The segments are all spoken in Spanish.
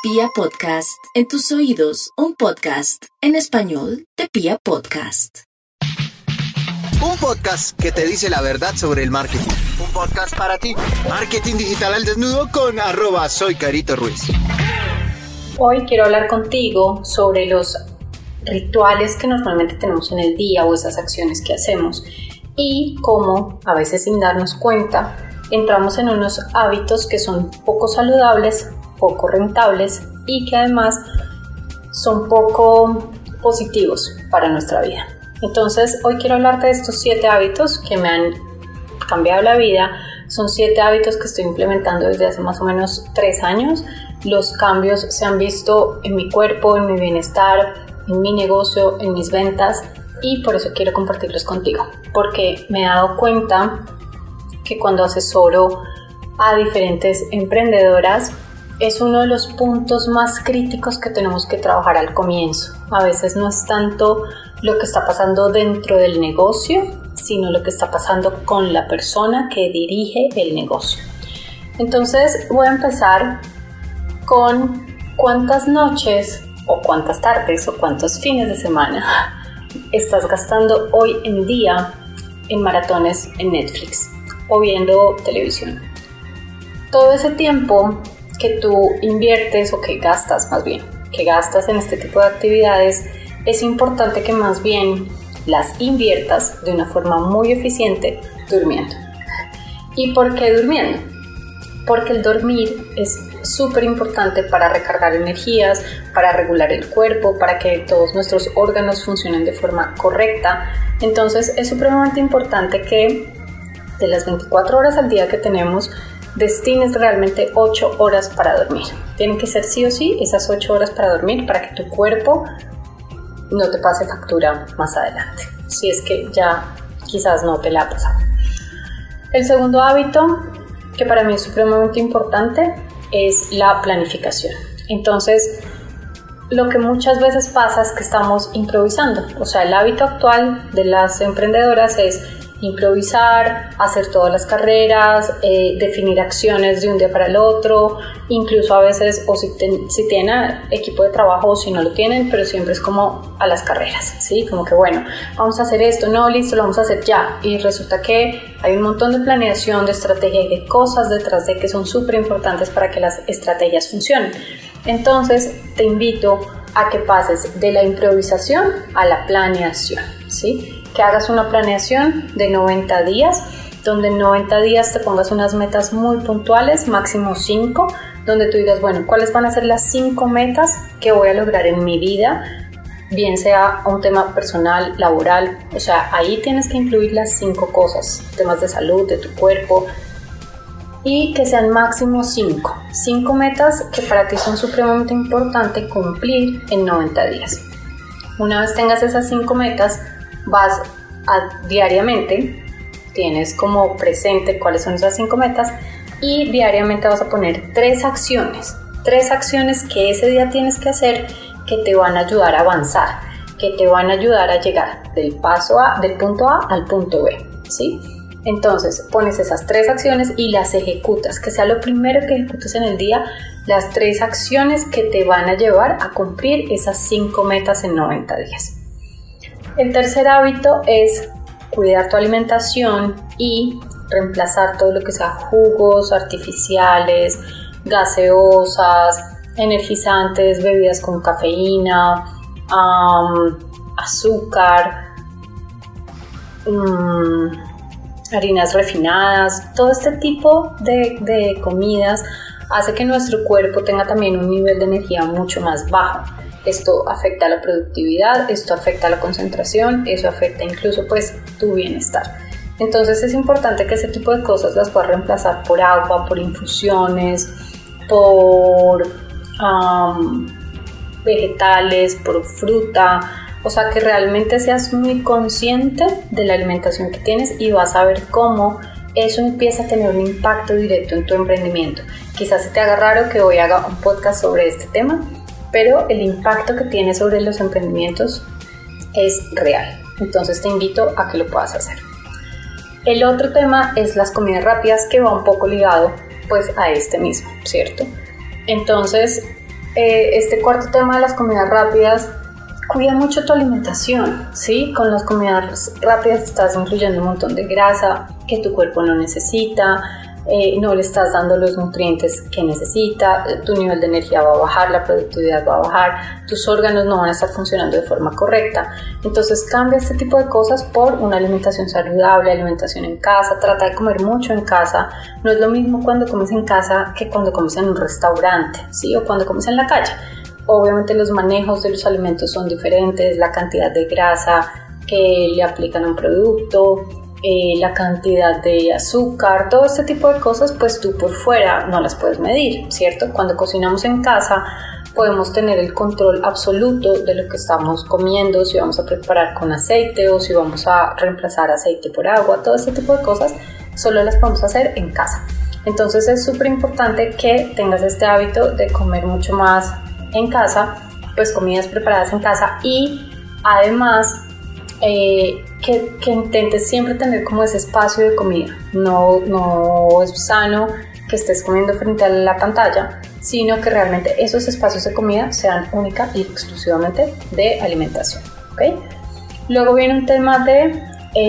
Pia Podcast, en tus oídos, un podcast en español de Pia Podcast. Un podcast que te dice la verdad sobre el marketing. Un podcast para ti. Marketing digital al desnudo con @soycaritoruiz. Hoy quiero hablar contigo sobre los rituales que normalmente tenemos en el día o esas acciones que hacemos y cómo, a veces sin darnos cuenta, entramos en unos hábitos que son poco saludables, poco rentables y que además son poco positivos para nuestra vida. Entonces, hoy quiero hablarte de estos 7 hábitos que me han cambiado la vida. Son 7 hábitos que estoy implementando desde hace más o menos 3 años. Los cambios se han visto en mi cuerpo, en mi bienestar, en mi negocio, en mis ventas, y por eso quiero compartirlos contigo, porque me he dado cuenta que cuando asesoro a diferentes emprendedoras es uno de los puntos más críticos que tenemos que trabajar al comienzo. A veces no es tanto lo que está pasando dentro del negocio, sino lo que está pasando con la persona que dirige el negocio. Entonces voy a empezar con cuántas noches o cuántas tardes o cuántos fines de semana estás gastando hoy en día en maratones en Netflix o viendo televisión. Todo ese tiempo que tú inviertes o que gastas en este tipo de actividades, es importante que más bien las inviertas de una forma muy eficiente durmiendo. ¿Y por qué durmiendo? Porque el dormir es súper importante para recargar energías, para regular el cuerpo, para que todos nuestros órganos funcionen de forma correcta. Entonces es supremamente importante que de las 24 horas al día que tenemos, destines realmente 8 horas para dormir. Tienen que ser sí o sí esas 8 horas para dormir para que tu cuerpo no te pase factura más adelante, si es que ya quizás no te la ha pasado. El segundo hábito, que para mí es supremamente importante, es la planificación. Entonces, lo que muchas veces pasa es que estamos improvisando. O sea, el hábito actual de las emprendedoras es improvisar, hacer todas las carreras, definir acciones de un día para el otro, incluso a veces, o si tienen equipo de trabajo o si no lo tienen, pero siempre es como a las carreras, ¿sí? Como que bueno, vamos a hacer esto, no, listo, lo vamos a hacer ya, y resulta que hay un montón de planeación, de estrategia y de cosas detrás de que son súper importantes para que las estrategias funcionen. Entonces, te invito a que pases de la improvisación a la planeación, ¿sí? Que hagas una planeación de 90 días, donde en 90 días te pongas unas metas muy puntuales, máximo 5, donde tú digas, bueno, ¿cuáles van a ser las 5 metas que voy a lograr en mi vida? Bien sea un tema personal, laboral, o sea, ahí tienes que incluir las 5 cosas, temas de salud, de tu cuerpo, y que sean máximo 5 metas que para ti son supremamente importantes cumplir en 90 días. Una vez tengas esas 5 metas, vas a diariamente, tienes como presente cuáles son esas 5 metas y diariamente vas a poner 3 acciones que ese día tienes que hacer, que te van a ayudar a avanzar, que te van a ayudar a llegar del punto A al punto B, ¿sí? Entonces pones esas 3 acciones y las ejecutas, que sea lo primero que ejecutes en el día, las 3 acciones que te van a llevar a cumplir esas 5 metas en 90 días. El tercer hábito es cuidar tu alimentación y reemplazar todo lo que sea jugos artificiales, gaseosas, energizantes, bebidas con cafeína, azúcar, harinas refinadas. Todo este tipo de comidas hace que nuestro cuerpo tenga también un nivel de energía mucho más bajo. Esto afecta a la productividad, esto afecta a la concentración, eso afecta incluso pues tu bienestar. Entonces es importante que ese tipo de cosas las puedas reemplazar por agua, por infusiones, por vegetales, por fruta. O sea, que realmente seas muy consciente de la alimentación que tienes y vas a ver cómo eso empieza a tener un impacto directo en tu emprendimiento. Quizás se te haga raro que hoy haga un podcast sobre este tema, pero el impacto que tiene sobre los emprendimientos es real. Entonces te invito a que lo puedas hacer. El otro tema es las comidas rápidas, que va un poco ligado pues a este mismo, ¿cierto? Entonces este cuarto tema de las comidas rápidas, cuida mucho tu alimentación, ¿sí? Con las comidas rápidas estás incluyendo un montón de grasa que tu cuerpo no necesita, no le estás dando los nutrientes que necesita, tu nivel de energía va a bajar, la productividad va a bajar, tus órganos no van a estar funcionando de forma correcta. Entonces cambia este tipo de cosas por una alimentación saludable, alimentación en casa, trata de comer mucho en casa. No es lo mismo cuando comes en casa que cuando comes en un restaurante, ¿sí? O cuando comes en la calle. Obviamente los manejos de los alimentos son diferentes, la cantidad de grasa que le aplican a un producto, la cantidad de azúcar, todo este tipo de cosas, pues tú por fuera no las puedes medir, ¿cierto? Cuando cocinamos en casa podemos tener el control absoluto de lo que estamos comiendo, si vamos a preparar con aceite o si vamos a reemplazar aceite por agua, todo este tipo de cosas solo las podemos hacer en casa. Entonces es súper importante que tengas este hábito de comer mucho más en casa, pues comidas preparadas en casa, y además que intentes siempre tener como ese espacio de comida. No es sano que estés comiendo frente a la pantalla, sino que realmente esos espacios de comida sean única y exclusivamente de alimentación, ¿ok? Luego viene un tema de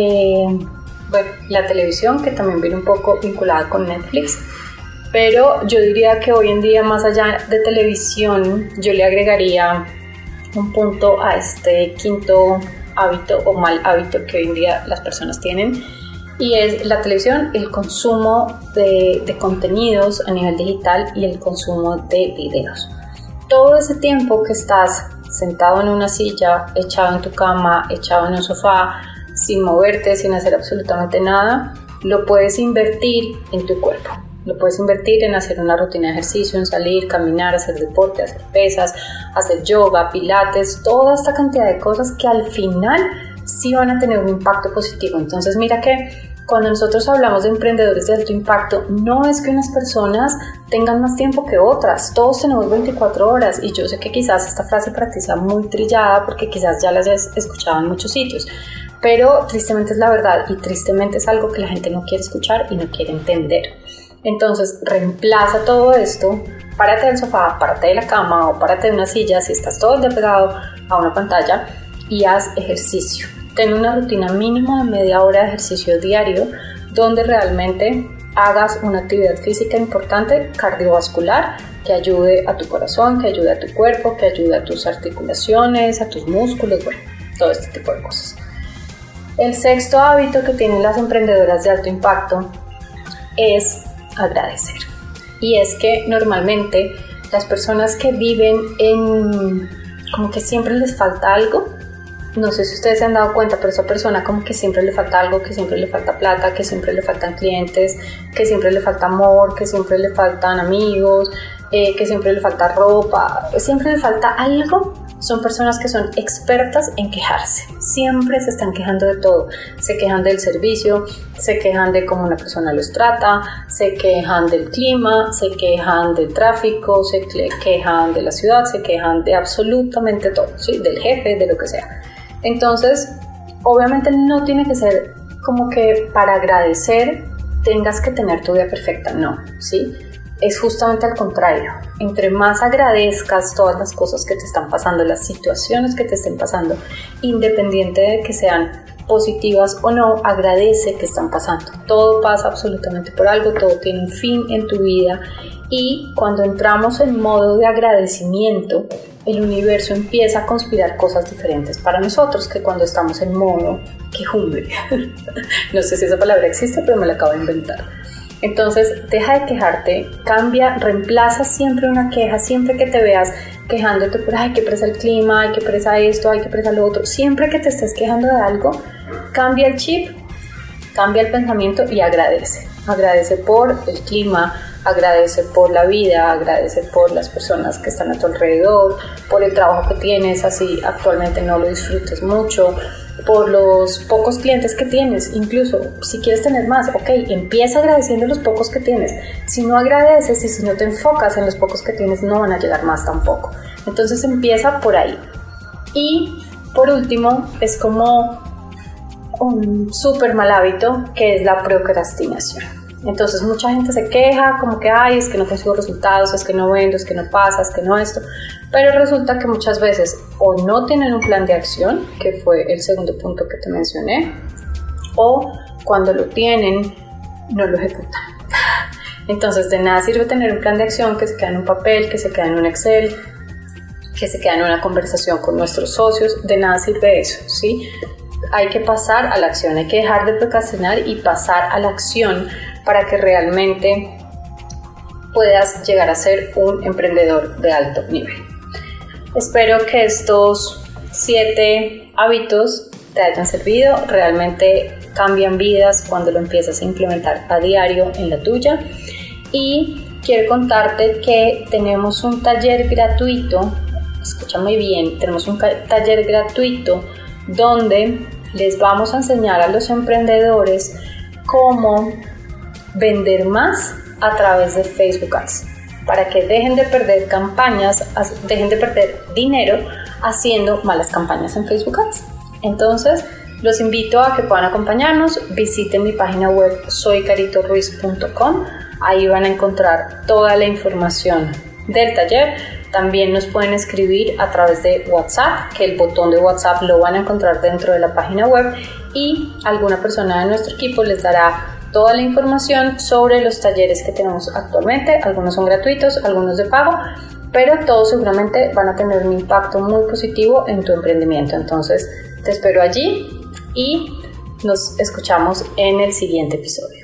la televisión, que también viene un poco vinculada con Netflix, pero yo diría que hoy en día, más allá de televisión, yo le agregaría un punto a este quinto hábito o mal hábito que hoy en día las personas tienen, y es la televisión, el consumo de contenidos a nivel digital y el consumo de videos. Todo ese tiempo que estás sentado en una silla, echado en tu cama, echado en un sofá, sin moverte, sin hacer absolutamente nada, lo puedes invertir en tu cuerpo. Lo puedes invertir en hacer una rutina de ejercicio, en salir, caminar, hacer deporte, hacer pesas, hacer yoga, pilates, toda esta cantidad de cosas que al final sí van a tener un impacto positivo. Entonces mira que cuando nosotros hablamos de emprendedores de alto impacto, no es que unas personas tengan más tiempo que otras, todos tenemos 24 horas, y yo sé que quizás esta frase para ti sea muy trillada porque quizás ya la hayas escuchado en muchos sitios, pero tristemente es la verdad, y tristemente es algo que la gente no quiere escuchar y no quiere entender. Entonces reemplaza todo esto, párate del sofá, párate de la cama o párate de una silla si estás todo el día pegado a una pantalla, y haz ejercicio. Ten una rutina mínima de media hora de ejercicio diario, donde realmente hagas una actividad física importante, cardiovascular, que ayude a tu corazón, que ayude a tu cuerpo, que ayude a tus articulaciones, a tus músculos, bueno, todo este tipo de cosas. El sexto hábito que tienen las emprendedoras de alto impacto es agradecer. Y es que normalmente las personas que viven en como que siempre les falta algo, no sé si ustedes se han dado cuenta, pero esa persona como que siempre le falta algo, que siempre le falta plata, que siempre le faltan clientes, que siempre le falta amor, que siempre le faltan amigos, que siempre le falta ropa, siempre le falta algo. Son personas que son expertas en quejarse, siempre se están quejando de todo, se quejan del servicio, se quejan de cómo una persona los trata, se quejan del clima, se quejan del tráfico, se quejan de la ciudad, se quejan de absolutamente todo, ¿sí? Del jefe, de lo que sea. Entonces, obviamente no tiene que ser como que para agradecer tengas que tener tu vida perfecta, no, ¿sí? Es justamente al contrario. Entre más agradezcas todas las cosas que te están pasando, las situaciones que te estén pasando, independiente de que sean positivas o no, agradece que están pasando. Todo pasa absolutamente por algo, todo tiene un fin en tu vida, y cuando entramos en modo de agradecimiento, el universo empieza a conspirar cosas diferentes para nosotros que cuando estamos en modo quejumbre. No sé si esa palabra existe, pero me la acabo de inventar. Entonces, deja de quejarte, cambia, reemplaza siempre una queja, siempre que te veas quejándote por, ay, qué presa el clima, ay, qué presa esto, ay, qué presa lo otro, siempre que te estés quejando de algo, cambia el chip, cambia el pensamiento y agradece. Agradece por el clima, agradece por la vida, agradece por las personas que están a tu alrededor, por el trabajo que tienes, así actualmente no lo disfrutes mucho, por los pocos clientes que tienes, incluso si quieres tener más, ok, empieza agradeciendo los pocos que tienes. Si no agradeces y si no te enfocas en los pocos que tienes, no van a llegar más tampoco. Entonces empieza por ahí. Y por último, es como un súper mal hábito, que es la procrastinación. Entonces mucha gente se queja como que ay, es que no consigo resultados, es que no vendo, es que no pasa, es que no esto, pero resulta que muchas veces o no tienen un plan de acción, que fue el segundo punto que te mencioné, o cuando lo tienen no lo ejecutan. Entonces de nada sirve tener un plan de acción que se queda en un papel, que se queda en un Excel, que se queda en una conversación con nuestros socios, de nada sirve eso, ¿sí? Hay que pasar a la acción, hay que dejar de procrastinar y pasar a la acción para que realmente puedas llegar a ser un emprendedor de alto nivel. Espero que estos 7 hábitos te hayan servido, realmente cambian vidas cuando lo empiezas a implementar a diario en la tuya. Y quiero contarte que tenemos un taller gratuito, escúchame bien, tenemos un taller gratuito donde les vamos a enseñar a los emprendedores cómo vender más a través de Facebook Ads, para que dejen de perder campañas, dejen de perder dinero haciendo malas campañas en Facebook Ads. Entonces, los invito a que puedan acompañarnos, visiten mi página web soycaritoruiz.com, ahí van a encontrar toda la información del taller. También nos pueden escribir a través de WhatsApp, que el botón de WhatsApp lo van a encontrar dentro de la página web y alguna persona de nuestro equipo les dará toda la información sobre los talleres que tenemos actualmente. Algunos son gratuitos, algunos de pago, pero todos seguramente van a tener un impacto muy positivo en tu emprendimiento. Entonces te espero allí y nos escuchamos en el siguiente episodio.